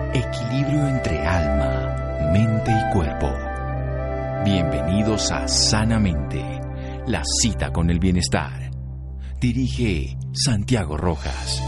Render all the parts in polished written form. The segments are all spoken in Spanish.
Equilibrio entre alma, mente y cuerpo. Bienvenidos a Sanamente, la cita con el bienestar. Dirige Santiago Rojas.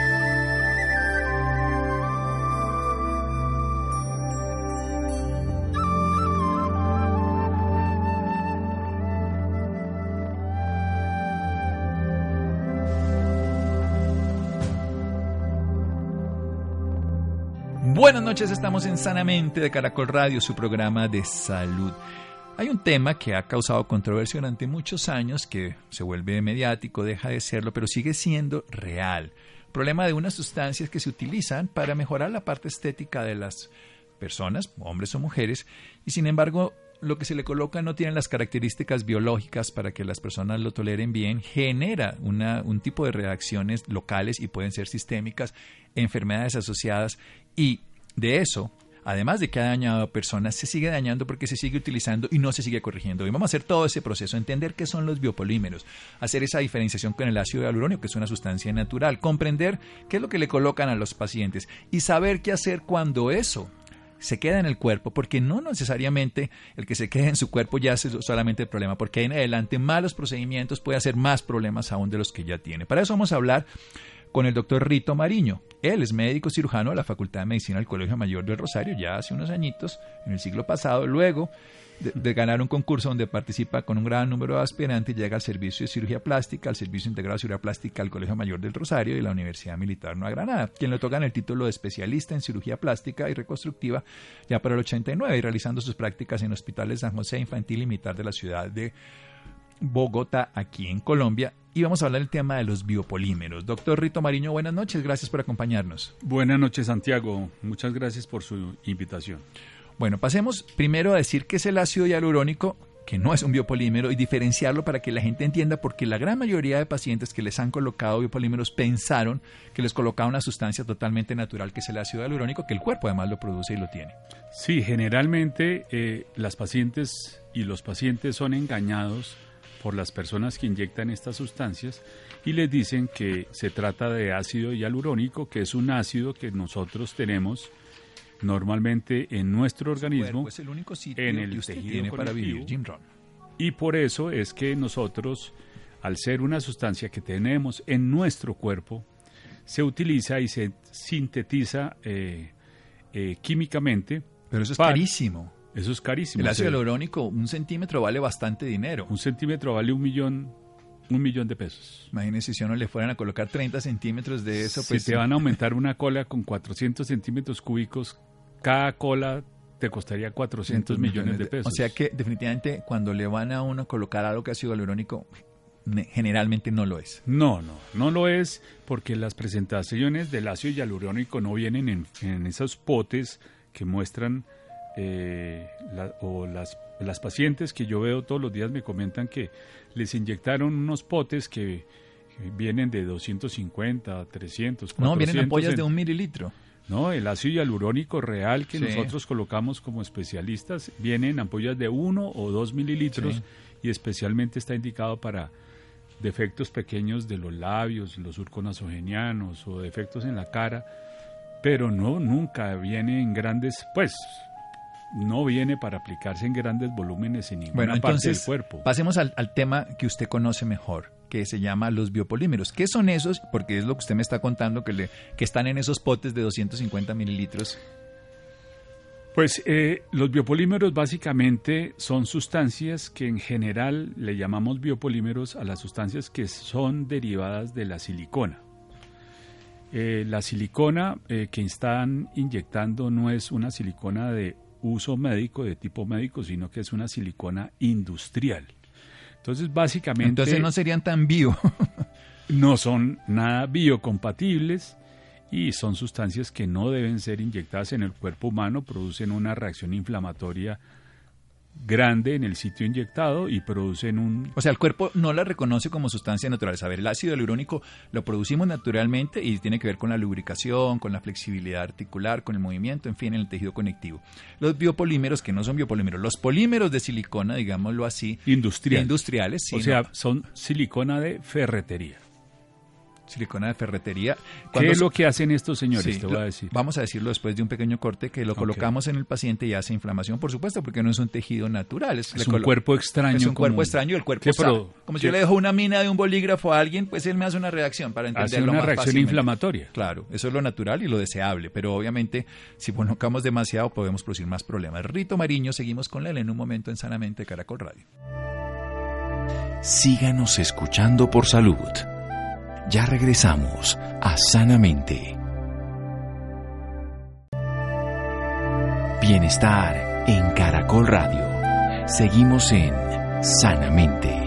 Buenas noches, estamos en Sanamente de Caracol Radio, su programa de salud. Hay un tema que ha causado controversia durante muchos años, que se vuelve mediático, deja de serlo, pero sigue siendo real. Problema de unas sustancias que se utilizan para mejorar la parte estética de las personas, hombres o mujeres, y sin embargo lo que se le coloca no tiene las características biológicas para que las personas lo toleren bien, genera un tipo de reacciones locales y pueden ser sistémicas, enfermedades asociadas, y de eso, además de que ha dañado a personas, se sigue dañando porque se sigue utilizando y no se sigue corrigiendo. Y vamos a hacer todo ese proceso, entender qué son los biopolímeros, hacer esa diferenciación con el ácido hialurónico, que es una sustancia natural, comprender qué es lo que le colocan a los pacientes y saber qué hacer cuando eso se queda en el cuerpo, porque no necesariamente el que se quede en su cuerpo ya es solamente el problema, porque ahí en adelante malos procedimientos puede hacer más problemas aún de los que ya tiene. Para eso vamos a hablar con el doctor Rito Mariño. Él es médico cirujano de la Facultad de Medicina del Colegio Mayor del Rosario ya hace unos añitos, en el siglo pasado. Luego de ganar un concurso donde participa con un gran número de aspirantes, llega al servicio de cirugía plástica, al servicio integrado de cirugía plástica del Colegio Mayor del Rosario y la Universidad Militar Nueva Granada, quien le otorgan el título de especialista en cirugía plástica y reconstructiva ya para el 89, y realizando sus prácticas en hospitales San José Infantil y Militar de la ciudad de Bogotá, aquí en Colombia. Y vamos a hablar del tema de los biopolímeros. Doctor Rito Mariño, buenas noches, gracias por acompañarnos. Buenas noches, Santiago, muchas gracias por su invitación. Bueno, pasemos primero a decir qué es el ácido hialurónico, que no es un biopolímero, y diferenciarlo para que la gente entienda, porque la gran mayoría de pacientes que les han colocado biopolímeros pensaron que les colocaba una sustancia totalmente natural, que es el ácido hialurónico, que el cuerpo además lo produce y lo tiene. Sí, generalmente las pacientes y los pacientes son engañados por las personas que inyectan estas sustancias y les dicen que se trata de ácido hialurónico, que es un ácido que nosotros tenemos normalmente en nuestro organismo, es el único sitio en el que usted tejido tiene para conectivo, vivir, Jim Rohn. Y por eso es que nosotros, al ser una sustancia que tenemos en nuestro cuerpo, se utiliza y se sintetiza químicamente. Pero eso es carísimo. Eso es carísimo. El ácido hialurónico, 1 centímetro vale bastante dinero. 1 centímetro vale $1 millón de pesos. Imagínese si a uno le fueran a colocar 30 centímetros de eso. Si te van a aumentar una cola con 400 centímetros cúbicos, cada cola te costaría 400 millones de pesos. O sea que definitivamente cuando le van a uno colocar algo que ácido hialurónico, generalmente no lo es. No lo es, porque las presentaciones del ácido hialurónico no vienen en esos potes que muestran. Las pacientes que yo veo todos los días me comentan que les inyectaron unos potes que vienen de 250, 300, 400. No, vienen ampollas de 1 mililitro. No, el ácido hialurónico real que sí, nosotros colocamos como especialistas viene en ampollas de 1 o 2 mililitros, sí, y especialmente está indicado para defectos pequeños de los labios, los surcos nasogenianos o defectos en la cara, pero nunca viene en grandes, no viene para aplicarse en grandes volúmenes en ninguna parte del cuerpo. Pasemos al tema que usted conoce mejor, que se llama los biopolímeros. ¿Qué son esos? Porque es lo que usted me está contando, que están en esos potes de 250 mililitros. Pues los biopolímeros básicamente son sustancias que en general le llamamos biopolímeros a las sustancias que son derivadas de la silicona. La silicona que están inyectando no es una silicona de uso médico, de tipo médico, sino que es una silicona industrial. Entonces, básicamente... Entonces no serían tan bio. No son nada biocompatibles y son sustancias que no deben ser inyectadas en el cuerpo humano, producen una reacción inflamatoria grande en el sitio inyectado y producen un... O sea, el cuerpo no la reconoce como sustancia natural. A ver, el ácido hialurónico lo producimos naturalmente y tiene que ver con la lubricación, con la flexibilidad articular, con el movimiento, en fin, en el tejido conectivo. Los biopolímeros, que no son biopolímeros, los polímeros de silicona, digámoslo así... Industriales, sí. O sea, son silicona de ferretería. Silicona de ferretería. ¿Qué es lo que hacen estos señores? Sí, te voy a decir. Vamos a decirlo después de un pequeño corte, que lo colocamos en el paciente y hace inflamación, por supuesto, porque no es un tejido natural. Es un cuerpo extraño. Es un cuerpo extraño y el cuerpo sabe. Como si yo le dejo una mina de un bolígrafo a alguien, pues él me hace una reacción para entenderlo más fácilmente. Hace una reacción inflamatoria. Claro, eso es lo natural y lo deseable, pero obviamente si colocamos demasiado podemos producir más problemas. Rito Mariño, seguimos con él en un momento en Sanamente Caracol Radio. Síganos escuchando por salud. Ya regresamos a Sanamente. Bienestar en Caracol Radio. Seguimos en Sanamente.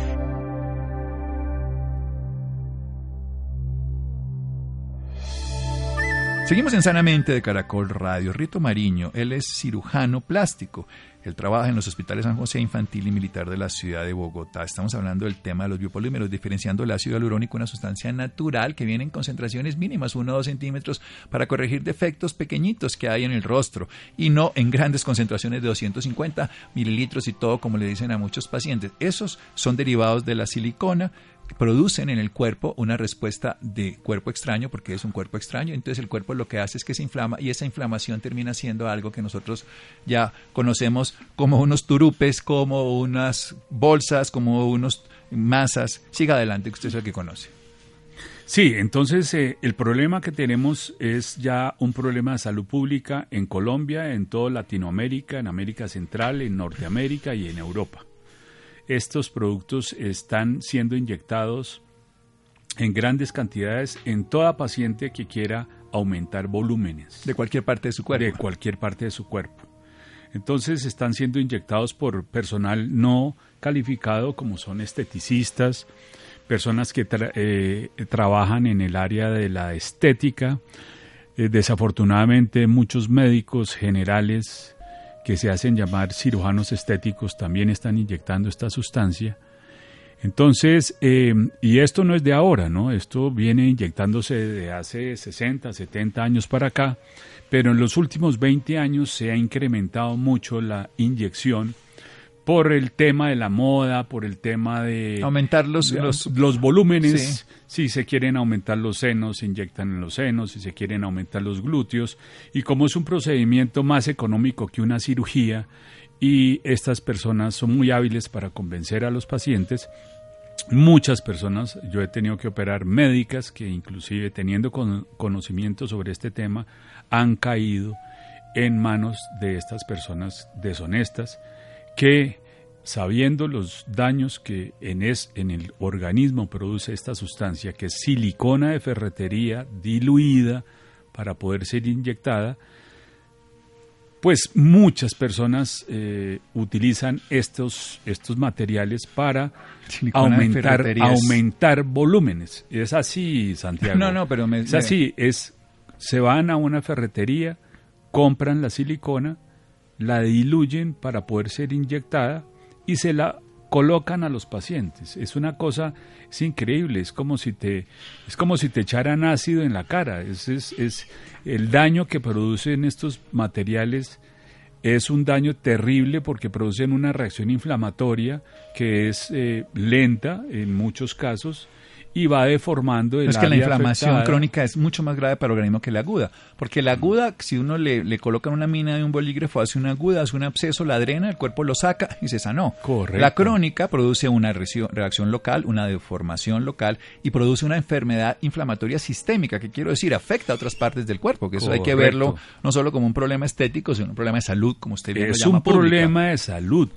Seguimos en Sanamente de Caracol Radio. Rito Mariño, él es cirujano plástico. Él trabaja en los hospitales San José Infantil y Militar de la ciudad de Bogotá. Estamos hablando del tema de los biopolímeros, diferenciando el ácido hialurónico, una sustancia natural que viene en concentraciones mínimas, 1 o 2 centímetros, para corregir defectos pequeñitos que hay en el rostro y no en grandes concentraciones de 250 mililitros y todo, como le dicen a muchos pacientes. Esos son derivados de la silicona, producen en el cuerpo una respuesta de cuerpo extraño, porque es un cuerpo extraño, entonces el cuerpo lo que hace es que se inflama y esa inflamación termina siendo algo que nosotros ya conocemos como unos turupes, como unas bolsas, como unas masas. Siga adelante, que usted es el que conoce. Sí, entonces el problema que tenemos es ya un problema de salud pública en Colombia, en toda Latinoamérica, en América Central, en Norteamérica y en Europa. Estos productos están siendo inyectados en grandes cantidades en toda paciente que quiera aumentar volúmenes. De cualquier parte de su cuerpo. De cualquier parte de su cuerpo. Entonces están siendo inyectados por personal no calificado, como son esteticistas, personas que trabajan en el área de la estética. Desafortunadamente muchos médicos generales que se hacen llamar cirujanos estéticos también están inyectando esta sustancia. Entonces, y esto no es de ahora, ¿no? Esto viene inyectándose de hace 60, 70 años para acá, pero en los últimos 20 años se ha incrementado mucho la inyección por el tema de la moda, por el tema de aumentar los volúmenes. Sí. Si se quieren aumentar los senos, se inyectan en los senos. Si se quieren aumentar los glúteos. Y como es un procedimiento más económico que una cirugía, y estas personas son muy hábiles para convencer a los pacientes, muchas personas, yo he tenido que operar médicas que inclusive teniendo conocimiento sobre este tema, han caído en manos de estas personas deshonestas que, sabiendo los daños que en el organismo produce esta sustancia, que es silicona de ferretería diluida para poder ser inyectada, pues muchas personas utilizan estos materiales para aumentar volúmenes. Es así, Santiago. No, pero es así. Se van a una ferretería, compran la silicona, la diluyen para poder ser inyectada y se la colocan a los pacientes. Es una cosa, es increíble, es como si te echaran ácido en la cara. Es el daño que producen estos materiales es un daño terrible porque producen una reacción inflamatoria que es lenta en muchos casos y va deformando el área. Es que la inflamación afectada. crónica es mucho más grave para el organismo que la aguda, porque la aguda, si uno le coloca una mina de un bolígrafo, hace una aguda, hace un absceso, la drena, el cuerpo lo saca y se sanó. Correcto. La crónica produce una reacción local, una deformación local y produce una enfermedad inflamatoria sistémica, que quiero decir, afecta a otras partes del cuerpo, que eso hay que verlo no solo como un problema estético, sino un problema de salud, como usted bien lo llama. Es un problema de salud.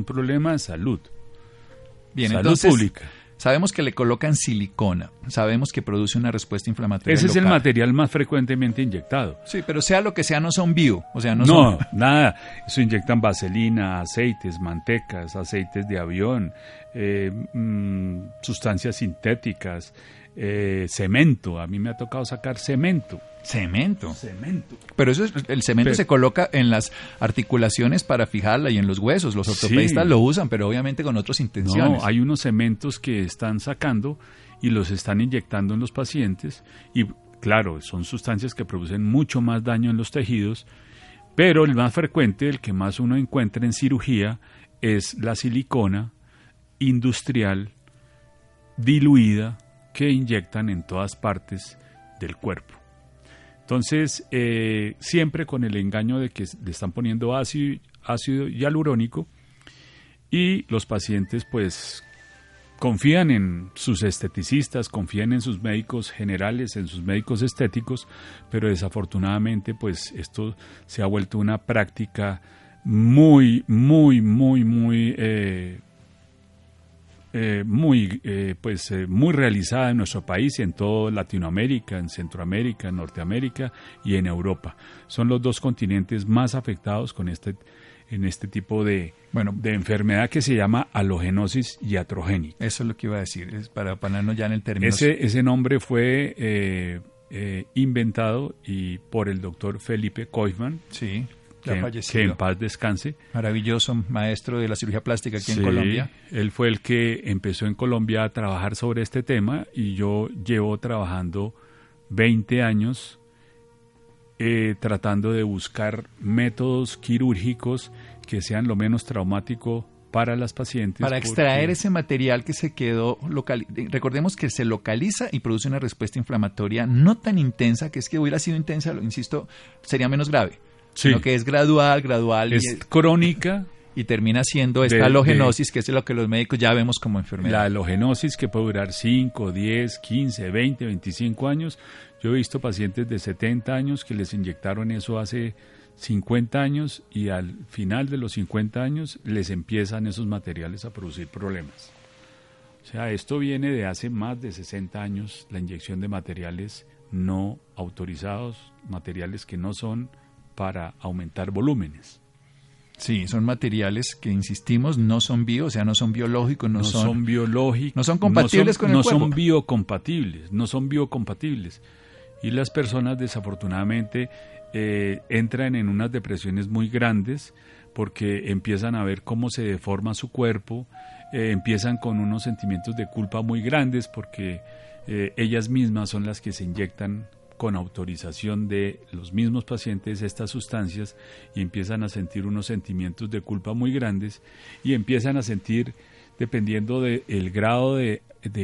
Bien, salud entonces, pública. Sabemos que le colocan silicona, sabemos que produce una respuesta inflamatoria Ese local. es el material más frecuentemente inyectado. Sí, pero sea lo que sea, no son bio, o sea, no No, son... nada. Eso inyectan vaselina, aceites, mantecas, aceites de avión, sustancias sintéticas, cemento. A mí me ha tocado sacar cemento. Cemento. Pero el cemento se coloca en las articulaciones para fijarla y en los huesos. Los ortopedistas lo usan, pero obviamente con otras intenciones. No, hay unos cementos que están sacando y los están inyectando en los pacientes y claro, son sustancias que producen mucho más daño en los tejidos, pero el más frecuente, el que más uno encuentra en cirugía, es la silicona industrial diluida que inyectan en todas partes del cuerpo. Entonces, siempre con el engaño de que le están poniendo ácido hialurónico, y los pacientes pues confían en sus esteticistas, confían en sus médicos generales, en sus médicos estéticos, pero desafortunadamente pues esto se ha vuelto una práctica muy realizada en nuestro país y en toda Latinoamérica, en Centroamérica, en Norteamérica y en Europa. Son los dos continentes más afectados en este tipo de enfermedad que se llama halogenosis iatrogénica. Eso es lo que iba a decir, es para ponernos ya en el término. Ese nombre fue inventado por el doctor Felipe Koifman. Sí. Que en paz descanse. Maravilloso maestro de la cirugía plástica aquí en Colombia. Él fue el que empezó en Colombia a trabajar sobre este tema y yo llevo trabajando 20 años tratando de buscar métodos quirúrgicos que sean lo menos traumático para las pacientes. Para extraer ese material que se quedó recordemos que se localiza y produce una respuesta inflamatoria no tan intensa, que es que hubiera sido intensa, lo insisto, sería menos grave. Sí. Sino que es gradual. Es crónica. Y termina siendo esta halogenosis, que es lo que los médicos ya vemos como enfermedad. La halogenosis que puede durar 5, 10, 15, 20, 25 años. Yo he visto pacientes de 70 años que les inyectaron eso hace 50 años y al final de los 50 años les empiezan esos materiales a producir problemas. O sea, esto viene de hace más de 60 años, la inyección de materiales no autorizados, materiales que no son para aumentar volúmenes. Sí, son materiales que, insistimos, no son o sea, no son biológicos, no son biológicos, no son compatibles con el cuerpo. No son biocompatibles. Y las personas, desafortunadamente, entran en unas depresiones muy grandes porque empiezan a ver cómo se deforma su cuerpo, empiezan con unos sentimientos de culpa muy grandes porque ellas mismas son las que se inyectan con autorización de los mismos pacientes estas sustancias y empiezan a sentir unos sentimientos de culpa muy grandes y empiezan a sentir, dependiendo del grado de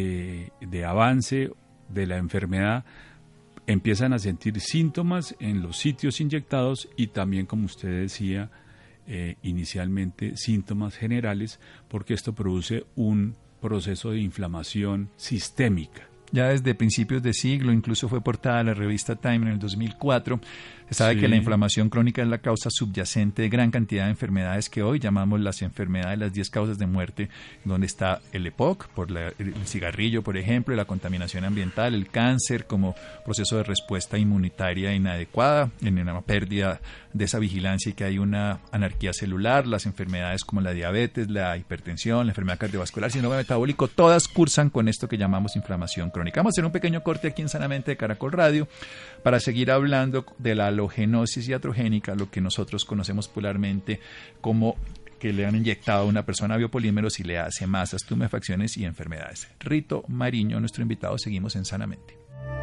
avance de la enfermedad, empiezan a sentir síntomas en los sitios inyectados y también, como usted decía, inicialmente síntomas generales, porque esto produce un proceso de inflamación sistémica. Ya desde principios de siglo, incluso fue portada a la revista Time en el 2004. Se sabe que la inflamación crónica es la causa subyacente de gran cantidad de enfermedades que hoy llamamos las enfermedades, las 10 causas de muerte, donde está el EPOC, el cigarrillo, por ejemplo, la contaminación ambiental, el cáncer como proceso de respuesta inmunitaria inadecuada, en una pérdida de esa vigilancia y que hay una anarquía celular, las enfermedades como la diabetes, la hipertensión, la enfermedad cardiovascular, síndrome metabólico, todas cursan con esto que llamamos inflamación crónica. Vamos a hacer un pequeño corte aquí en Sanamente de Caracol Radio para seguir hablando de la halogenosis iatrogénica, lo que nosotros conocemos popularmente como que le han inyectado a una persona biopolímeros y le hace masas, tumefacciones y enfermedades. Rito Mariño, nuestro invitado, seguimos en Sanamente.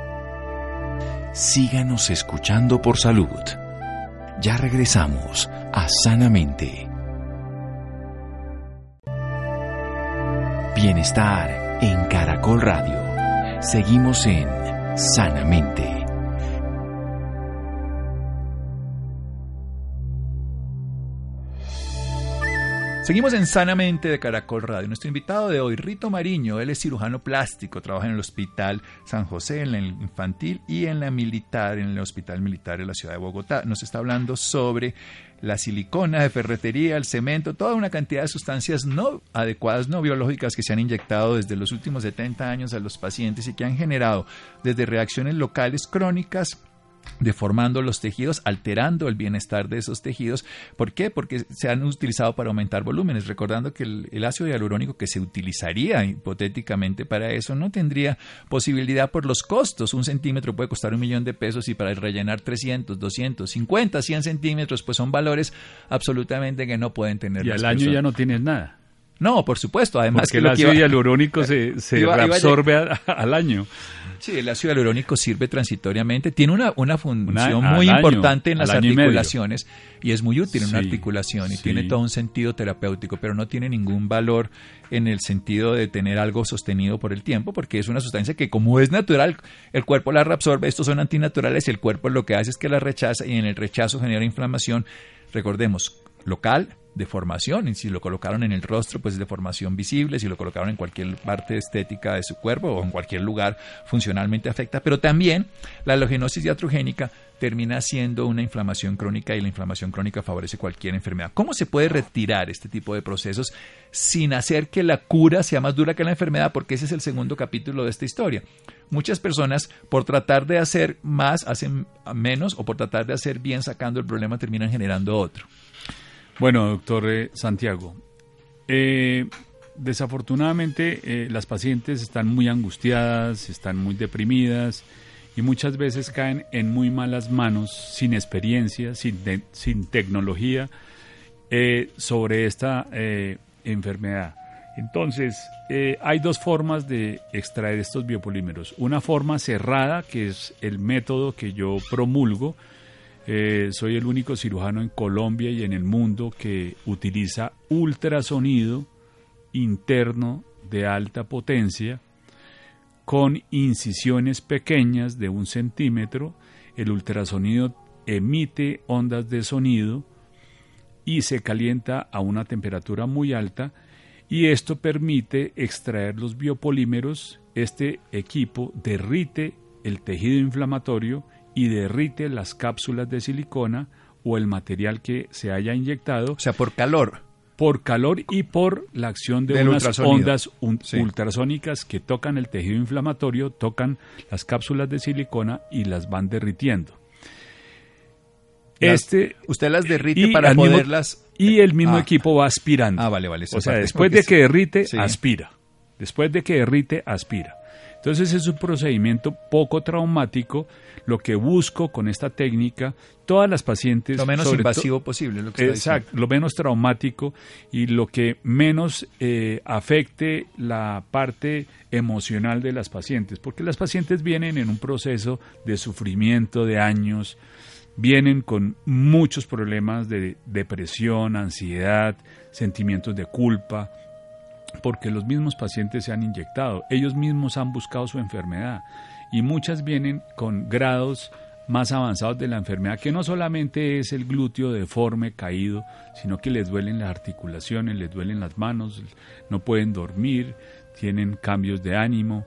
Síganos escuchando por salud. Ya regresamos a Sanamente. Bienestar en Caracol Radio. Seguimos en Sanamente. Seguimos en Sanamente de Caracol Radio. Nuestro invitado de hoy, Rito Mariño, él es cirujano plástico, trabaja en el Hospital San José, en el infantil y en la militar, en el Hospital Militar de la ciudad de Bogotá. Nos está hablando sobre la silicona de ferretería, el cemento, toda una cantidad de sustancias no adecuadas, no biológicas que se han inyectado desde los últimos 70 años a los pacientes y que han generado desde reacciones locales crónicas, deformando los tejidos, alterando el bienestar de esos tejidos. ¿Por qué? Porque se han utilizado para aumentar volúmenes, recordando que el ácido hialurónico que se utilizaría hipotéticamente para eso no tendría posibilidad por los costos. 1 centímetro puede costar $1.000.000 y para rellenar 300, 200, 50, 100 centímetros pues son valores absolutamente que no pueden tener y las al año personas. Ya no tienes nada. No, por supuesto. Además porque el ácido hialurónico se reabsorbe al año. Sí, el ácido hialurónico sirve transitoriamente. Tiene una función muy importante en las articulaciones y es muy útil en una articulación y tiene todo un sentido terapéutico, pero no tiene ningún valor en el sentido de tener algo sostenido por el tiempo, porque es una sustancia que, como es natural, el cuerpo la reabsorbe. Estos son antinaturales y el cuerpo lo que hace es que la rechaza y en el rechazo genera inflamación. Recordemos, local, deformación, y si lo colocaron en el rostro, pues es deformación visible, si lo colocaron en cualquier parte estética de su cuerpo o en cualquier lugar, funcionalmente afecta, pero también la halogenosis iatrogénica termina siendo una inflamación crónica y la inflamación crónica favorece cualquier enfermedad. ¿Cómo se puede retirar este tipo de procesos sin hacer que la cura sea más dura que la enfermedad? Porque ese es el segundo capítulo de esta historia. Muchas personas, por tratar de hacer más, hacen menos, o por tratar de hacer bien sacando el problema, terminan generando otro. Bueno, doctor Santiago, desafortunadamente las pacientes están muy angustiadas, están muy deprimidas y muchas veces caen en muy malas manos, sin experiencia, sin tecnología sobre esta enfermedad. Entonces, hay dos formas de extraer estos biopolímeros. Una forma cerrada, que es el método que yo promulgo. Soy el único cirujano en Colombia y en el mundo que utiliza ultrasonido interno de alta potencia con incisiones pequeñas de 1 centímetro. El ultrasonido emite ondas de sonido y se calienta a una temperatura muy alta y esto permite extraer los biopolímeros. Este equipo derrite el tejido inflamatorio y derrite las cápsulas de silicona o el material que se haya inyectado. O sea, por calor. Por calor y por la acción de unas ondas ultrasónicas que tocan el tejido inflamatorio, tocan las cápsulas de silicona y las van derritiendo. Usted las derrite para poderlas... Y el mismo equipo va aspirando. Vale. O sea, después de que derrite, aspira. Después de que derrite, aspira. Entonces es un procedimiento poco traumático. Lo que busco con esta técnica, todas las pacientes... Lo menos invasivo posible. Lo que exacto, lo menos traumático y lo que menos afecte la parte emocional de las pacientes. Porque las pacientes vienen en un proceso de sufrimiento de años, vienen con muchos problemas de depresión, ansiedad, sentimientos de culpa, porque los mismos pacientes se han inyectado, ellos mismos han buscado su enfermedad y muchas vienen con grados más avanzados de la enfermedad, que no solamente es el glúteo deforme, caído, sino que les duelen las articulaciones, les duelen las manos, no pueden dormir, tienen cambios de ánimo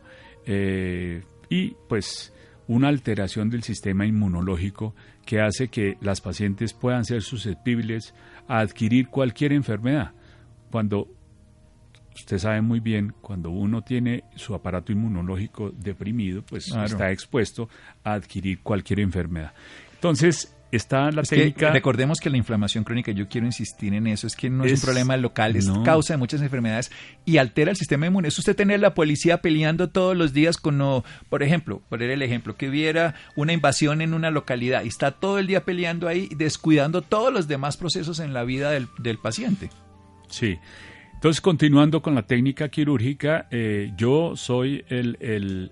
y pues una alteración del sistema inmunológico que hace que las pacientes puedan ser susceptibles a adquirir cualquier enfermedad. Cuando usted sabe muy bien, cuando uno tiene su aparato inmunológico deprimido, pues está expuesto a adquirir cualquier enfermedad. Entonces, está la técnica... Recordemos que la inflamación crónica, yo quiero insistir en eso, es que no es un problema local, es causa de muchas enfermedades y altera el sistema inmune. Es usted tener la policía peleando todos los días con, por ejemplo, poner el ejemplo, que hubiera una invasión en una localidad y está todo el día peleando ahí, descuidando todos los demás procesos en la vida del paciente. Sí. Entonces, continuando con la técnica quirúrgica, yo soy el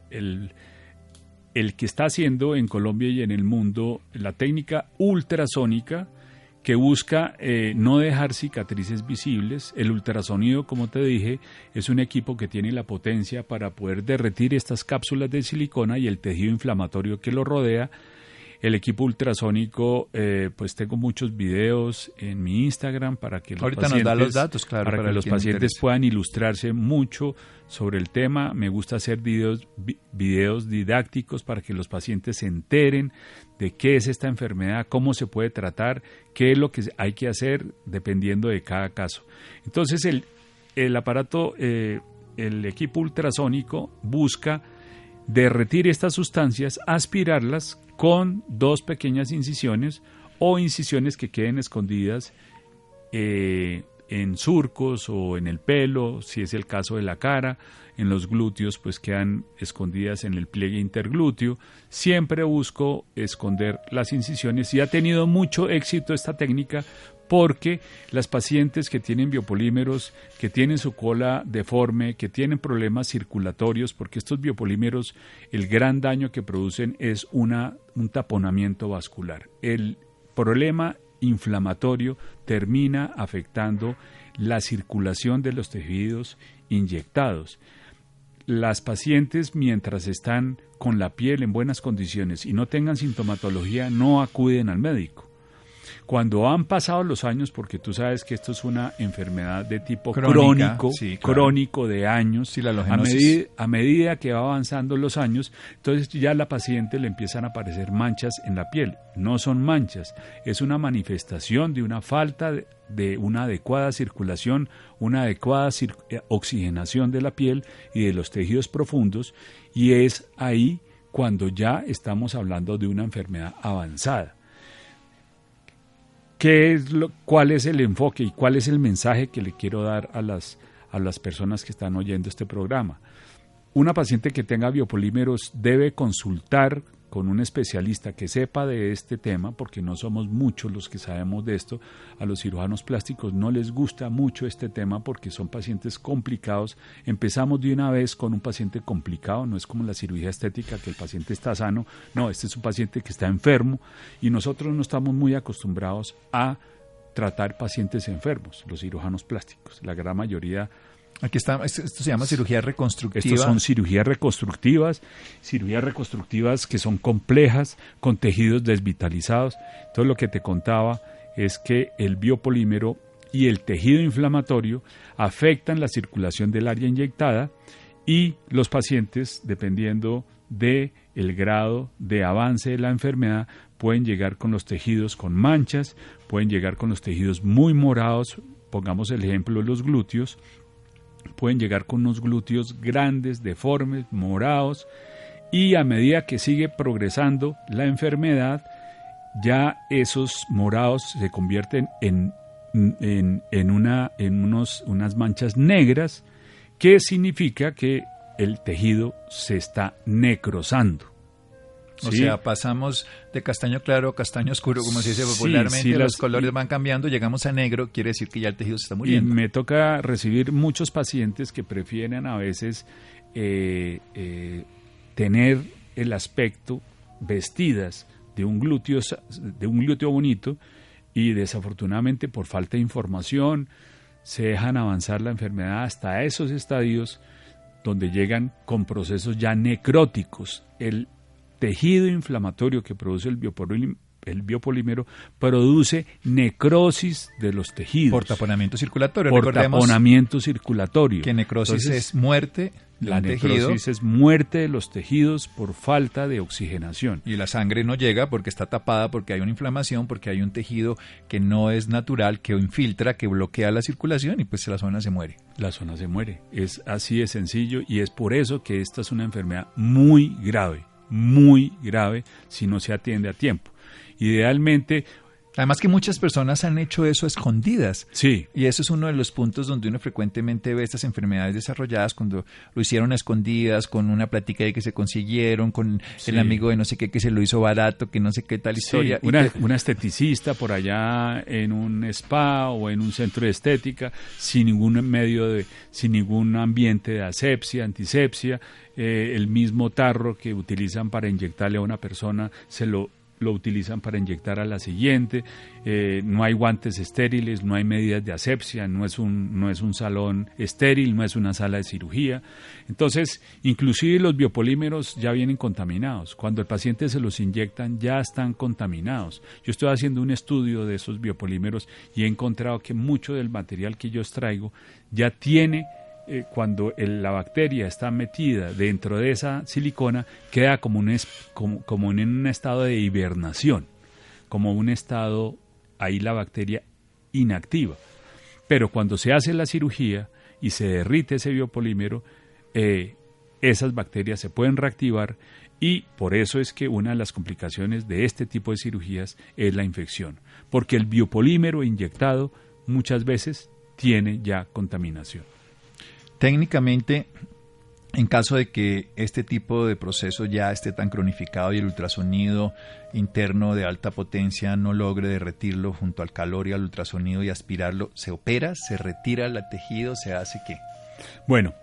que está haciendo en Colombia y en el mundo la técnica ultrasónica que busca no dejar cicatrices visibles. El ultrasonido, como te dije, es un equipo que tiene la potencia para poder derretir estas cápsulas de silicona y el tejido inflamatorio que lo rodea. El equipo ultrasónico, pues tengo muchos videos en mi Instagram para que los ahorita pacientes, nos da los datos, claro, para que los pacientes puedan ilustrarse mucho sobre el tema. Me gusta hacer videos didácticos para que los pacientes se enteren de qué es esta enfermedad, cómo se puede tratar, qué es lo que hay que hacer dependiendo de cada caso. Entonces el aparato, el equipo ultrasónico busca derretir estas sustancias, aspirarlas con 2 pequeñas incisiones o incisiones que queden escondidas en surcos o en el pelo, si es el caso de la cara. En los glúteos pues quedan escondidas en el pliegue interglúteo. Siempre busco esconder las incisiones y ha tenido mucho éxito esta técnica porque las pacientes que tienen biopolímeros, que tienen su cola deforme, que tienen problemas circulatorios, porque estos biopolímeros, el gran daño que producen es un taponamiento vascular. El problema inflamatorio termina afectando la circulación de los tejidos inyectados. Las pacientes, mientras están con la piel en buenas condiciones y no tengan sintomatología, no acuden al médico. Cuando han pasado los años, porque tú sabes que esto es una enfermedad de tipo crónico, sí, claro, crónico de años, sí, a medida que va avanzando los años, entonces ya a la paciente le empiezan a aparecer manchas en la piel. No son manchas, es una manifestación de una falta de una adecuada circulación, una adecuada oxigenación de la piel y de los tejidos profundos, y es ahí cuando ya estamos hablando de una enfermedad avanzada. ¿Cuál es el enfoque y cuál es el mensaje que le quiero dar a las personas que están oyendo este programa? Una paciente que tenga biopolímeros debe consultar con un especialista que sepa de este tema, porque no somos muchos los que sabemos de esto. A los cirujanos plásticos no les gusta mucho este tema porque son pacientes complicados. Empezamos de una vez con un paciente complicado, no es como la cirugía estética que el paciente está sano, no, este es un paciente que está enfermo y nosotros no estamos muy acostumbrados a tratar pacientes enfermos, los cirujanos plásticos, la gran mayoría. Aquí está, esto se llama cirugía reconstructiva. Estos son cirugías reconstructivas que son complejas, con tejidos desvitalizados. Entonces lo que te contaba es que el biopolímero y el tejido inflamatorio afectan la circulación del área inyectada y los pacientes, dependiendo del grado de avance de la enfermedad, pueden llegar con los tejidos con manchas, pueden llegar con los tejidos muy morados, pongamos el ejemplo de los glúteos, pueden llegar con unos glúteos grandes, deformes, morados, y a medida que sigue progresando la enfermedad, ya esos morados se convierten en unas manchas negras, que significa que el tejido se está necrosando. O sea, pasamos de castaño claro a castaño oscuro, como se dice popularmente, los colores van cambiando, llegamos a negro, quiere decir que ya el tejido se está muriendo. Y me toca recibir muchos pacientes que prefieren a veces tener el aspecto vestidas de un glúteo bonito, y desafortunadamente por falta de información se dejan avanzar la enfermedad hasta esos estadios donde llegan con procesos ya necróticos. El tejido inflamatorio que produce el biopolímero produce necrosis de los tejidos. Por taponamiento circulatorio. Por taponamiento circulatorio. Que necrosis es muerte La necrosis es muerte de los tejidos por falta de oxigenación. Y la sangre no llega porque está tapada, porque hay una inflamación, porque hay un tejido que no es natural, que infiltra, que bloquea la circulación y pues la zona se muere. La zona se muere. Es así de sencillo y es por eso que esta es una enfermedad muy grave si no se atiende a tiempo. Idealmente... Además que muchas personas han hecho eso escondidas. Sí. Y eso es uno de los puntos donde uno frecuentemente ve estas enfermedades desarrolladas cuando lo hicieron a escondidas, con una plática de que se consiguieron, con el amigo de no sé qué que se lo hizo barato, que no sé qué tal historia. Una esteticista por allá en un spa o en un centro de estética, sin ningún sin ningún ambiente de asepsia, antisepsia, el mismo tarro que utilizan para inyectarle a una persona lo utilizan para inyectar a la siguiente, no hay guantes estériles, no hay medidas de asepsia, no es un salón estéril, no es una sala de cirugía. Entonces, inclusive los biopolímeros ya vienen contaminados. Cuando el paciente se los inyectan, ya están contaminados. Yo estoy haciendo un estudio de esos biopolímeros y he encontrado que mucho del material que yo extraigo ya tiene... cuando la bacteria está metida dentro de esa silicona, queda como en un estado de hibernación, como un estado, ahí la bacteria inactiva. Pero cuando se hace la cirugía y se derrite ese biopolímero, esas bacterias se pueden reactivar y por eso es que una de las complicaciones de este tipo de cirugías es la infección, porque el biopolímero inyectado muchas veces tiene ya contaminación. Técnicamente, En caso de que este tipo de proceso ya esté tan cronificado y el ultrasonido interno de alta potencia no logre derretirlo junto al calor y al ultrasonido y aspirarlo, ¿se opera? ¿Se retira el tejido? ¿Se hace qué? Bueno,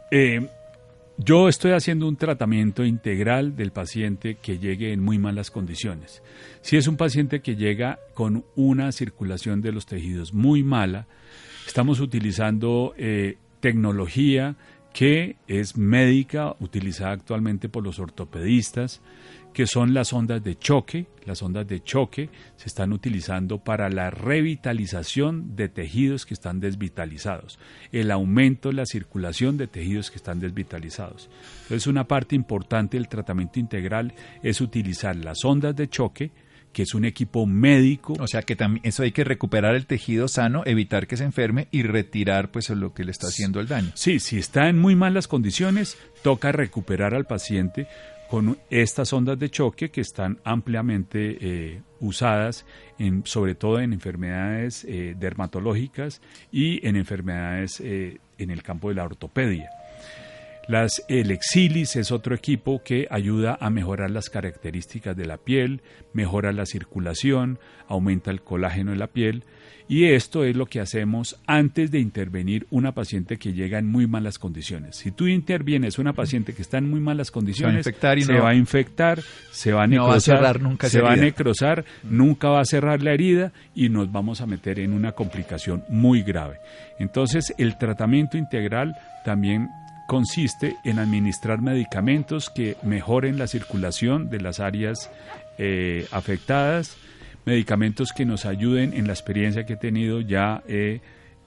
yo estoy haciendo un tratamiento integral del paciente que llegue en muy malas condiciones. Si es un paciente que llega con una circulación de los tejidos muy mala, estamos utilizando tecnología que es médica, utilizada actualmente por los ortopedistas, que son las ondas de choque. Las ondas de choque se están utilizando para la revitalización de tejidos que están desvitalizados, el aumento de la circulación de tejidos que están desvitalizados. Entonces, una parte importante del tratamiento integral es utilizar las ondas de choque, que es un equipo médico. O sea que también eso hay que recuperar el tejido sano, evitar que se enferme y retirar pues lo que le está haciendo el daño. Sí, si está en muy malas condiciones, toca recuperar al paciente con estas ondas de choque que están ampliamente usadas, sobre todo en enfermedades dermatológicas y en enfermedades en el campo de la ortopedia. El Exilis es otro equipo que ayuda a mejorar las características de la piel, mejora la circulación, aumenta el colágeno de la piel, y esto es lo que hacemos antes de intervenir una paciente que llega en muy malas condiciones. Si tú intervienes una paciente que está en muy malas condiciones, se va a infectar, se va a necrosar, nunca va a cerrar la herida y nos vamos a meter en una complicación muy grave. Entonces, el tratamiento integral también consiste en administrar medicamentos que mejoren la circulación de las áreas afectadas, medicamentos que nos ayuden. En la experiencia que he tenido ya he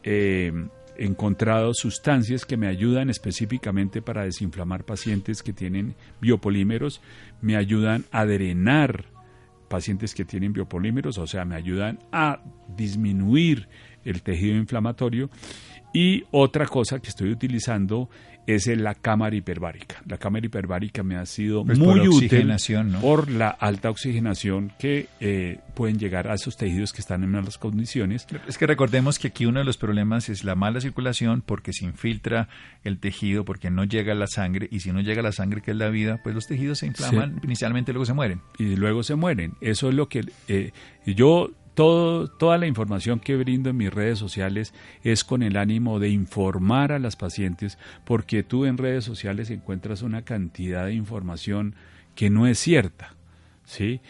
encontrado sustancias que me ayudan específicamente para desinflamar pacientes que tienen biopolímeros, me ayudan a drenar pacientes que tienen biopolímeros, o sea, me ayudan a disminuir el tejido inflamatorio. Y otra cosa que estoy utilizando es la cámara hiperbárica. La cámara hiperbárica me ha sido muy útil, ¿no?, por la alta oxigenación que pueden llegar a esos tejidos que están en malas condiciones. Es que recordemos que aquí uno de los problemas es la mala circulación, porque se infiltra el tejido, porque no llega la sangre, y si no llega la sangre, que es la vida, pues los tejidos se inflaman, inicialmente, luego se mueren. Y luego se mueren. Eso es lo que toda la información que brindo en mis redes sociales es con el ánimo de informar a las pacientes, porque tú en redes sociales encuentras una cantidad de información que no es cierta, ¿sí?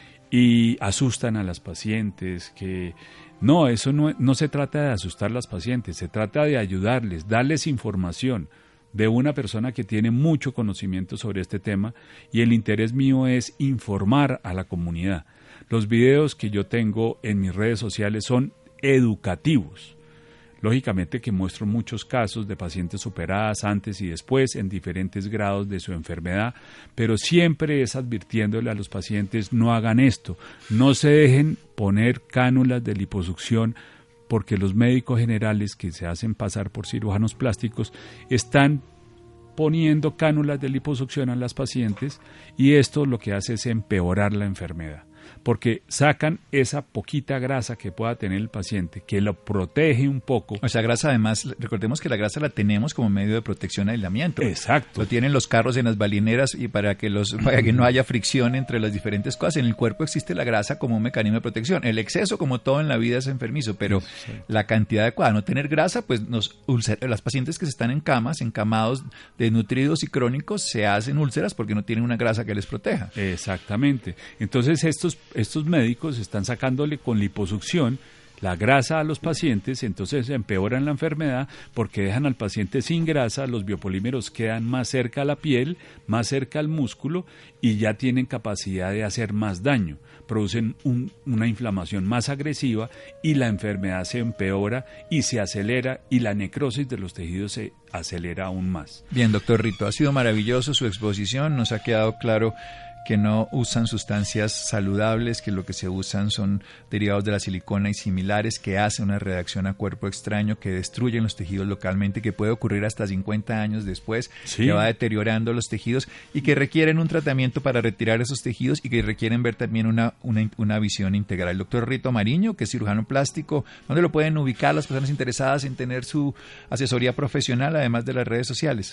Y asustan a las pacientes, que no, eso no se trata de asustar a las pacientes, se trata de ayudarles, darles información de una persona que tiene mucho conocimiento sobre este tema, y el interés mío es informar a la comunidad. Los videos que yo tengo en mis redes sociales son educativos. Lógicamente que muestro muchos casos de pacientes superadas antes y después en diferentes grados de su enfermedad, pero siempre es advirtiéndole a los pacientes: no hagan esto, no se dejen poner cánulas de liposucción, porque los médicos generales que se hacen pasar por cirujanos plásticos están poniendo cánulas de liposucción a las pacientes, y esto lo que hace es empeorar la enfermedad, porque sacan esa poquita grasa que pueda tener el paciente, que lo protege un poco. O sea, grasa, además, recordemos que la grasa la tenemos como medio de protección, aislamiento. Exacto. Lo tienen los carros en las balineras, y para que no haya fricción entre las diferentes cosas. En el cuerpo existe la grasa como un mecanismo de protección. El exceso, como todo en la vida, es enfermizo, pero la cantidad adecuada, no tener grasa, pues las pacientes que se están en camas, encamados, desnutridos y crónicos, se hacen úlceras porque no tienen una grasa que les proteja. Exactamente. Entonces estos médicos están sacándole con liposucción la grasa a los pacientes, entonces empeoran la enfermedad porque dejan al paciente sin grasa, los biopolímeros quedan más cerca a la piel, más cerca al músculo, y ya tienen capacidad de hacer más daño, producen una inflamación más agresiva, y la enfermedad se empeora y se acelera, y la necrosis de los tejidos se acelera aún más. Bien, doctor Rito, ha sido maravilloso su exposición, nos ha quedado claro que no usan sustancias saludables, que lo que se usan son derivados de la silicona y similares, que hacen una reacción a cuerpo extraño, que destruyen los tejidos localmente, que puede ocurrir hasta 50 años después, que va deteriorando los tejidos, y que requieren un tratamiento para retirar esos tejidos, y que requieren ver también una visión integral. El doctor Rito Mariño, que es cirujano plástico, ¿dónde lo pueden ubicar las personas interesadas en tener su asesoría profesional, además de las redes sociales?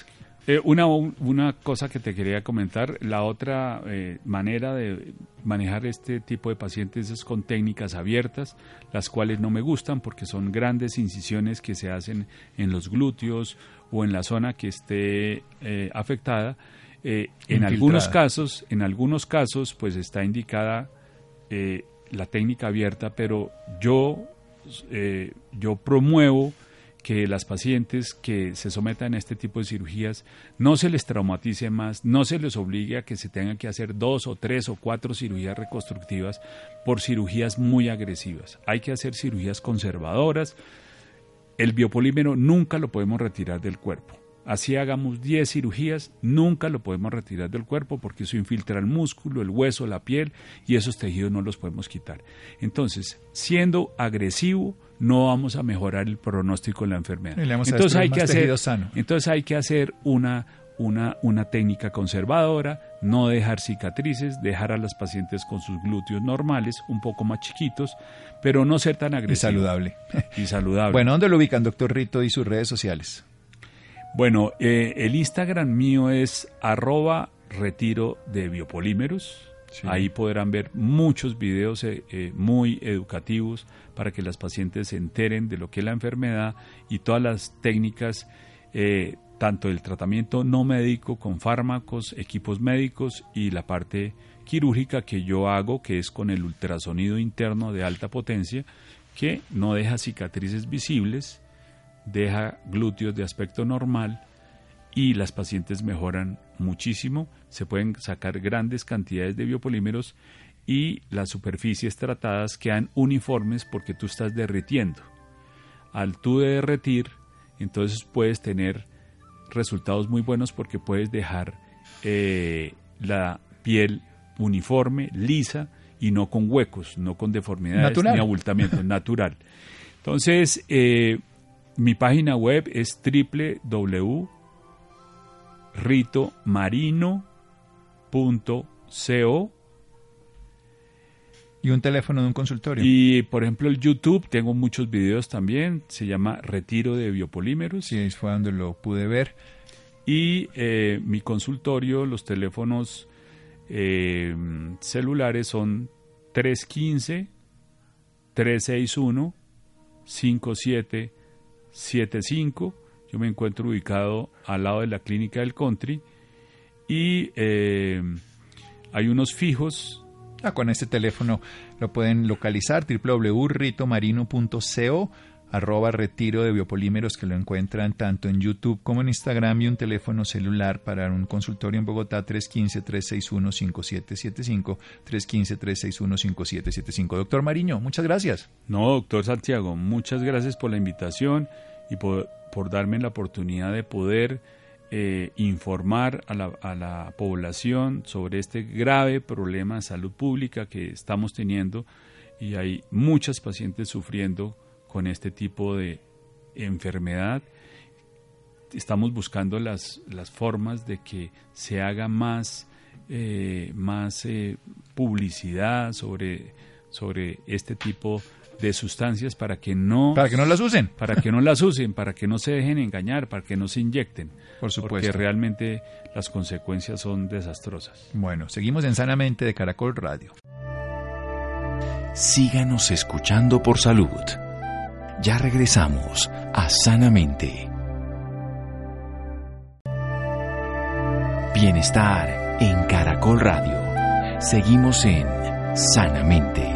Una cosa que te quería comentar, la otra manera de manejar este tipo de pacientes es con técnicas abiertas, las cuales no me gustan porque son grandes incisiones que se hacen en los glúteos o en la zona que esté afectada. En algunos casos, pues está indicada la técnica abierta, pero yo promuevo que las pacientes que se sometan a este tipo de cirugías no se les traumatice más, no se les obligue a que se tengan que hacer 2 o 3 o 4 cirugías reconstructivas por cirugías muy agresivas. Hay que hacer cirugías conservadoras. El biopolímero nunca lo podemos retirar del cuerpo. Así hagamos 10 cirugías, nunca lo podemos retirar del cuerpo porque eso infiltra el músculo, el hueso, la piel y esos tejidos no los podemos quitar. Entonces, siendo agresivo, no vamos a mejorar el pronóstico de la enfermedad. Entonces hay que hacer una técnica conservadora, no dejar cicatrices, dejar a las pacientes con sus glúteos normales, un poco más chiquitos, pero no ser tan agresivo. Y saludable. Bueno, ¿dónde lo ubican, doctor Rito, y sus redes sociales? Bueno, el Instagram mío es @retiro de biopolímeros. Sí. Ahí podrán ver muchos videos muy educativos para que las pacientes se enteren de lo que es la enfermedad y todas las técnicas, tanto el tratamiento no médico con fármacos, equipos médicos y la parte quirúrgica que yo hago, que es con el ultrasonido interno de alta potencia, que no deja cicatrices visibles, deja glúteos de aspecto normal y las pacientes mejoran muchísimo, se pueden sacar grandes cantidades de biopolímeros y las superficies tratadas quedan uniformes porque tú estás derritiendo. Al tú de derretir, entonces puedes tener resultados muy buenos porque puedes dejar la piel uniforme, lisa y no con huecos, no con deformidades ni abultamiento, natural. Entonces, mi página web es www.ritomarino.co. ¿Y un teléfono de un consultorio? Y, por ejemplo, el YouTube, tengo muchos videos también, se llama Retiro de Biopolímeros. Sí, fue donde lo pude ver. Y mi consultorio, los teléfonos celulares son 315-361-5775. Yo me encuentro ubicado al lado de la clínica del Country y hay unos fijos. Con este teléfono lo pueden localizar, www.ritomarino.co, @retiro de biopolímeros, que lo encuentran tanto en YouTube como en Instagram, y un teléfono celular para un consultorio en Bogotá, 315-361-5775, 315-361-5775. Doctor Mariño, muchas gracias. No, doctor Santiago, muchas gracias por la invitación y por darme la oportunidad de poder informar a la población sobre este grave problema de salud pública que estamos teniendo, y hay muchas pacientes sufriendo con este tipo de enfermedad. Estamos buscando las formas de que se haga más publicidad sobre este tipo de sustancias para que no las usen, para que no se dejen engañar, para que no se inyecten, por supuesto, porque realmente las consecuencias son desastrosas. Bueno, seguimos en Sanamente de Caracol Radio. Síganos escuchando por salud. Ya regresamos a Sanamente. Bienestar en Caracol Radio. Seguimos en Sanamente.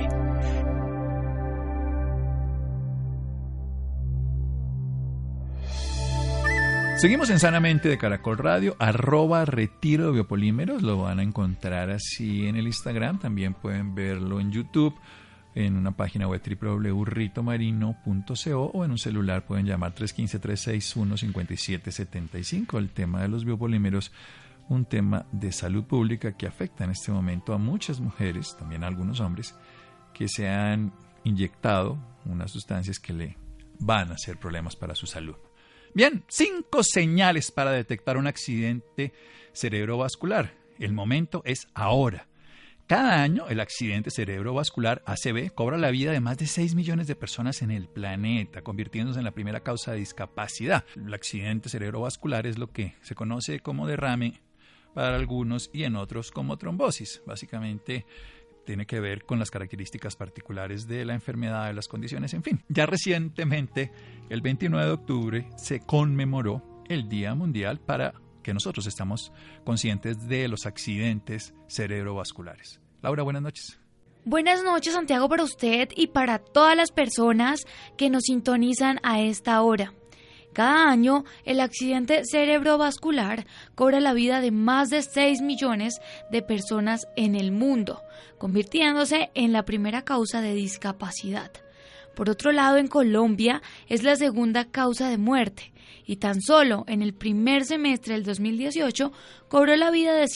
Seguimos en Sanamente de Caracol Radio, @retiro de biopolímeros, lo van a encontrar así en el Instagram, también pueden verlo en YouTube, en una página web www.ritomarino.co, o en un celular pueden llamar 315-361-5775. El tema de los biopolímeros, un tema de salud pública que afecta en este momento a muchas mujeres, también a algunos hombres, que se han inyectado unas sustancias que le van a hacer problemas para su salud. Bien, 5 señales para detectar un accidente cerebrovascular. El momento es ahora. Cada año, el accidente cerebrovascular ACV cobra la vida de más de 6 millones de personas en el planeta, convirtiéndose en la primera causa de discapacidad. El accidente cerebrovascular es lo que se conoce como derrame para algunos y en otros como trombosis. Básicamente tiene que ver con las características particulares de la enfermedad, de las condiciones, en fin. Ya recientemente, el 29 de octubre, se conmemoró el Día Mundial para que nosotros estamos conscientes de los accidentes cerebrovasculares. Laura, buenas noches. Buenas noches, Santiago, para usted y para todas las personas que nos sintonizan a esta hora. Cada año, el accidente cerebrovascular cobra la vida de más de 6 millones de personas en el mundo, convirtiéndose en la primera causa de discapacidad. Por otro lado, en Colombia es la segunda causa de muerte y tan solo en el primer semestre del 2018 cobró la vida de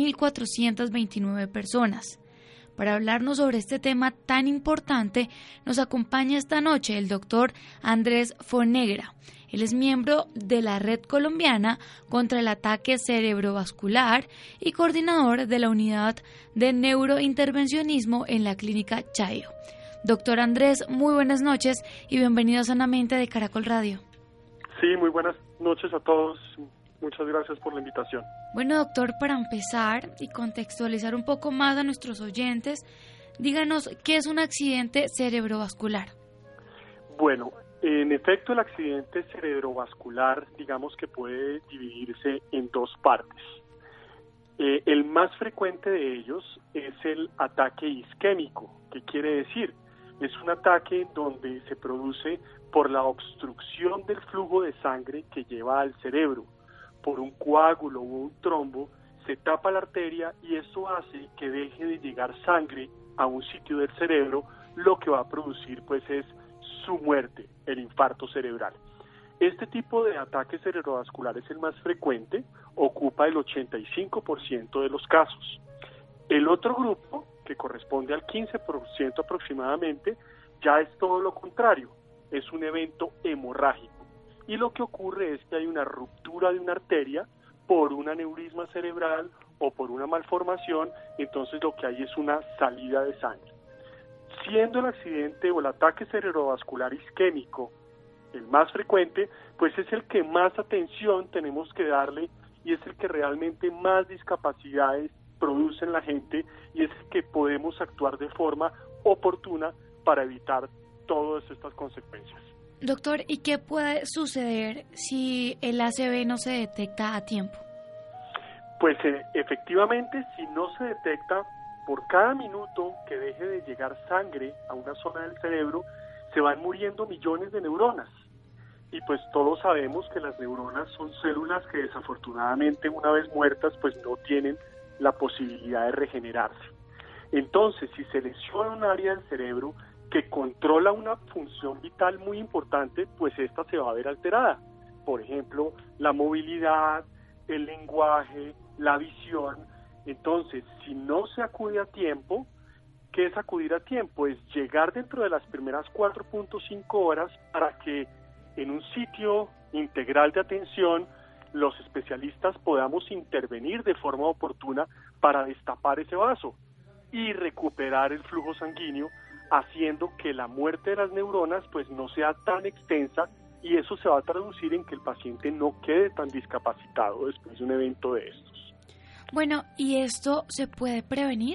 7.429 personas. Para hablarnos sobre este tema tan importante, nos acompaña esta noche el doctor Andrés Fonegra. Él es miembro de la Red Colombiana contra el Ataque Cerebrovascular y coordinador de la Unidad de Neurointervencionismo en la Clínica Chayo. Doctor Andrés, muy buenas noches y bienvenido a Sanamente de Caracol Radio. Sí, muy buenas noches a todos. Muchas gracias por la invitación. Bueno, doctor, para empezar y contextualizar un poco más a nuestros oyentes, díganos, ¿qué es un accidente cerebrovascular? Bueno, en efecto, el accidente cerebrovascular, digamos que puede dividirse en dos partes. El más frecuente de ellos es el ataque isquémico. ¿Qué quiere decir? Es un ataque donde se produce por la obstrucción del flujo de sangre que lleva al cerebro. Por un coágulo o un trombo se tapa la arteria y eso hace que deje de llegar sangre a un sitio del cerebro, lo que va a producir pues es su muerte, el infarto cerebral. Este tipo de ataque cerebrovascular es el más frecuente, ocupa el 85% de los casos. El otro grupo, que corresponde al 15% aproximadamente, ya es todo lo contrario, es un evento hemorrágico. Y lo que ocurre es que hay una ruptura de una arteria por un aneurisma cerebral o por una malformación, entonces lo que hay es una salida de sangre. Siendo el accidente o el ataque cerebrovascular isquémico el más frecuente, pues es el que más atención tenemos que darle y es el que realmente más discapacidades produce en la gente y es el que podemos actuar de forma oportuna para evitar todas estas consecuencias. Doctor, ¿y qué puede suceder si el ACV no se detecta a tiempo? Pues efectivamente, si no se detecta, por cada minuto que deje de llegar sangre a una zona del cerebro, se van muriendo millones de neuronas. Y pues todos sabemos que las neuronas son células que desafortunadamente una vez muertas pues no tienen la posibilidad de regenerarse. Entonces, si se lesiona un área del cerebro que controla una función vital muy importante, pues esta se va a ver alterada. Por ejemplo, la movilidad, el lenguaje, la visión. Entonces, si no se acude a tiempo, ¿qué es acudir a tiempo? Es llegar dentro de las primeras 4.5 horas para que en un sitio integral de atención los especialistas podamos intervenir de forma oportuna para destapar ese vaso y recuperar el flujo sanguíneo, haciendo que la muerte de las neuronas pues no sea tan extensa y eso se va a traducir en que el paciente no quede tan discapacitado después de un evento de estos. Bueno, ¿y esto se puede prevenir?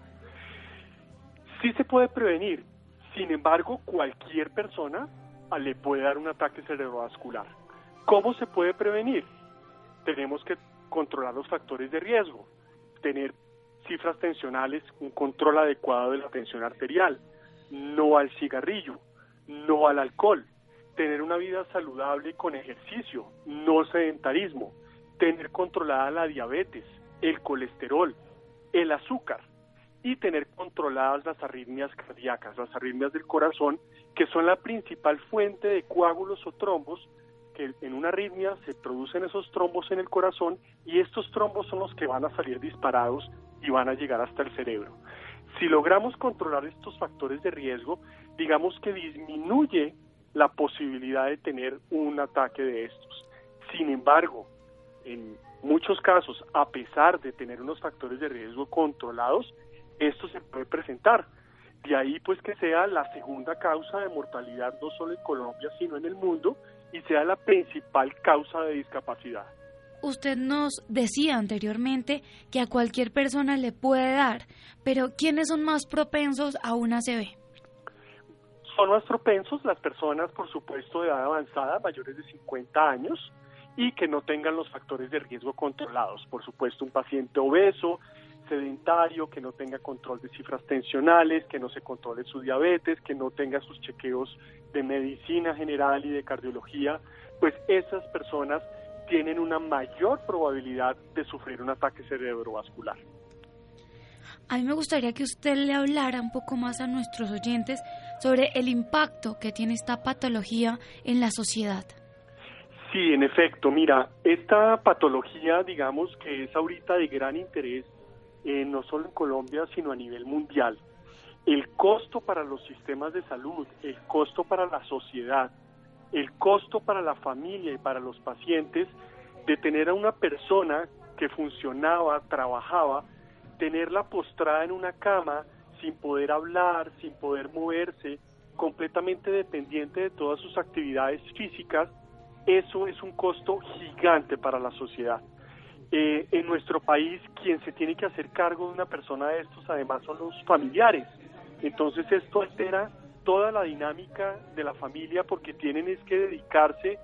Sí se puede prevenir, sin embargo cualquier persona le puede dar un ataque cerebrovascular. ¿Cómo se puede prevenir? Tenemos que controlar los factores de riesgo, tener cifras tensionales, un control adecuado de la tensión arterial, no al cigarrillo, no al alcohol, tener una vida saludable con ejercicio, no sedentarismo, tener controlada la diabetes, el colesterol, el azúcar y tener controladas las arritmias cardíacas, las arritmias del corazón, que son la principal fuente de coágulos o trombos, que en una arritmia se producen esos trombos en el corazón y estos trombos son los que van a salir disparados y van a llegar hasta el cerebro. Si logramos controlar estos factores de riesgo, digamos que disminuye la posibilidad de tener un ataque de estos. Sin embargo, en muchos casos, a pesar de tener unos factores de riesgo controlados, esto se puede presentar. De ahí pues que sea la segunda causa de mortalidad no solo en Colombia sino en el mundo y sea la principal causa de discapacidad. Usted nos decía anteriormente que a cualquier persona le puede dar, pero ¿quiénes son más propensos a una ACV? Son más propensos las personas, por supuesto, de edad avanzada, mayores de 50 años, y que no tengan los factores de riesgo controlados. Por supuesto, un paciente obeso, sedentario, que no tenga control de cifras tensionales, que no se controle su diabetes, que no tenga sus chequeos de medicina general y de cardiología, pues esas personas tienen una mayor probabilidad de sufrir un ataque cerebrovascular. A mí me gustaría que usted le hablara un poco más a nuestros oyentes sobre el impacto que tiene esta patología en la sociedad. Sí, en efecto, mira, esta patología, digamos que es ahorita de gran interés, no solo en Colombia, sino a nivel mundial. El costo para los sistemas de salud, el costo para la sociedad, el costo para la familia y para los pacientes de tener a una persona que funcionaba, trabajaba, tenerla postrada en una cama sin poder hablar, sin poder moverse, completamente dependiente de todas sus actividades físicas, eso es un costo gigante para la sociedad. En nuestro país, quien se tiene que hacer cargo de una persona de estos, además, son los familiares. Entonces esto altera toda la dinámica de la familia porque tienen es que dedicarse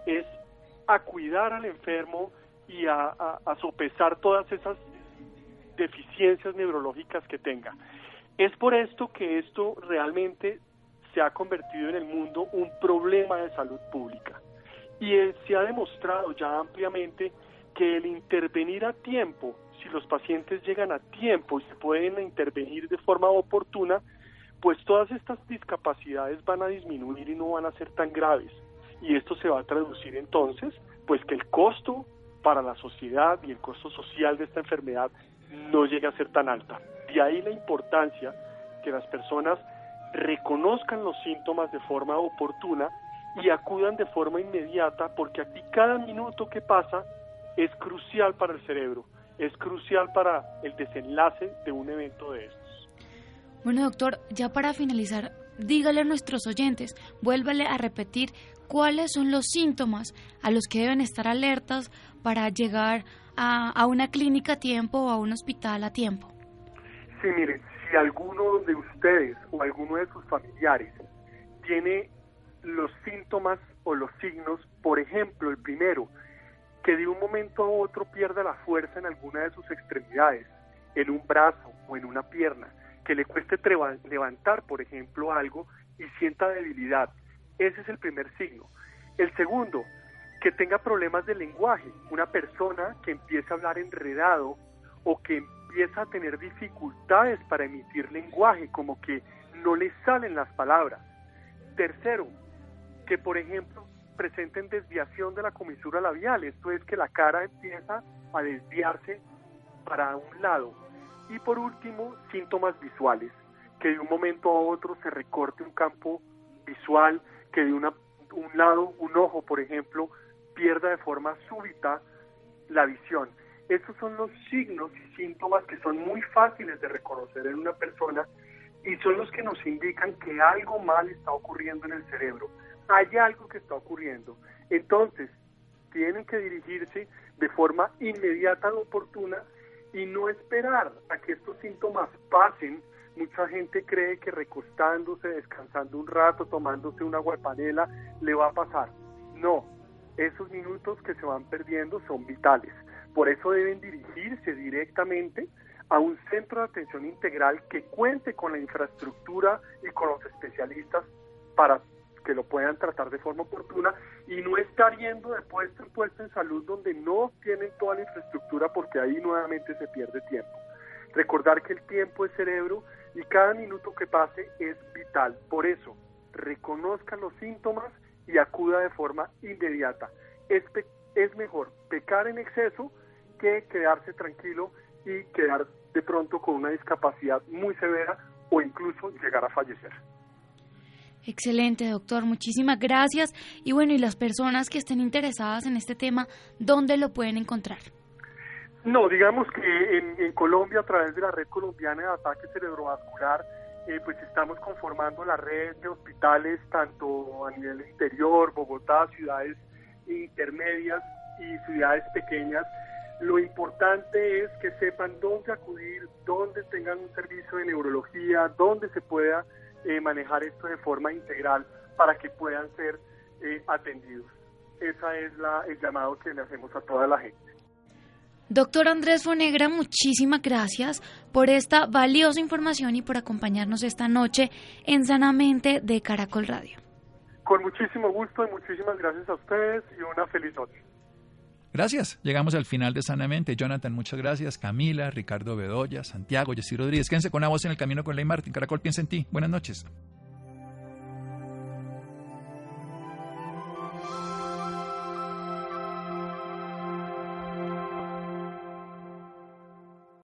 a cuidar al enfermo y a sopesar todas esas deficiencias neurológicas que tenga. Es por esto que esto realmente se ha convertido en el mundo un problema de salud pública y se ha demostrado ya ampliamente que el intervenir a tiempo, si los pacientes llegan a tiempo y se pueden intervenir de forma oportuna, pues todas estas discapacidades van a disminuir y no van a ser tan graves. Y esto se va a traducir entonces, pues que el costo para la sociedad y el costo social de esta enfermedad no llegue a ser tan alta. De ahí la importancia que las personas reconozcan los síntomas de forma oportuna y acudan de forma inmediata, porque aquí cada minuto que pasa es crucial para el cerebro, es crucial para el desenlace de un evento de estos. Bueno, doctor, ya para finalizar, dígale a nuestros oyentes, vuélvale a repetir cuáles son los síntomas a los que deben estar alertas para llegar a una clínica a tiempo o a un hospital a tiempo. Sí, miren, si alguno de ustedes o alguno de sus familiares tiene los síntomas o los signos, por ejemplo, el primero, que de un momento a otro pierda la fuerza en alguna de sus extremidades, en un brazo o en una pierna, que le cueste levantar, por ejemplo, algo y sienta debilidad. Ese es el primer signo. El segundo, que tenga problemas de lenguaje, una persona que empiece a hablar enredado o que empieza a tener dificultades para emitir lenguaje, como que no le salen las palabras. Tercero, que por ejemplo presenten desviación de la comisura labial, esto es que la cara empieza a desviarse para un lado. Y por último, síntomas visuales, que de un momento a otro se recorte un campo visual, que de un lado, un ojo, por ejemplo, pierda de forma súbita la visión. Estos son los signos y síntomas que son muy fáciles de reconocer en una persona y son los que nos indican que algo mal está ocurriendo en el cerebro. Hay algo que está ocurriendo. Entonces, tienen que dirigirse de forma inmediata y oportuna y no esperar a que estos síntomas pasen. Mucha gente cree que recostándose, descansando un rato, tomándose una aguapanela, le va a pasar. No, esos minutos que se van perdiendo son vitales. Por eso deben dirigirse directamente a un centro de atención integral que cuente con la infraestructura y con los especialistas para que lo puedan tratar de forma oportuna y no estar yendo de puesto en puesto en salud donde no tienen toda la infraestructura, porque ahí nuevamente se pierde tiempo. Recordar que el tiempo es cerebro y cada minuto que pase es vital. Por eso, reconozcan los síntomas y acuda de forma inmediata. Es mejor pecar en exceso que quedarse tranquilo y quedar de pronto con una discapacidad muy severa o incluso llegar a fallecer. Excelente, doctor. Muchísimas gracias. Y bueno, y las personas que estén interesadas en este tema, ¿dónde lo pueden encontrar? No, digamos que en Colombia, a través de la Red Colombiana de Ataque Cerebrovascular, pues estamos conformando la red de hospitales tanto a nivel interior, Bogotá, ciudades intermedias y ciudades pequeñas. Lo importante es que sepan dónde acudir, dónde tengan un servicio de neurología, dónde se pueda manejar esto de forma integral para que puedan ser atendidos. Ese es el llamado que le hacemos a toda la gente. Doctor Andrés Fonegra, muchísimas gracias por esta valiosa información y por acompañarnos esta noche en Sanamente de Caracol Radio. Con muchísimo gusto y muchísimas gracias a ustedes y una feliz noche. Gracias. Llegamos al final de Sanamente. Jonathan, muchas gracias. Camila, Ricardo Bedoya, Santiago, Jessy Rodríguez. Quédense con una voz en el camino con Ley Martín. Caracol piensa en ti. Buenas noches.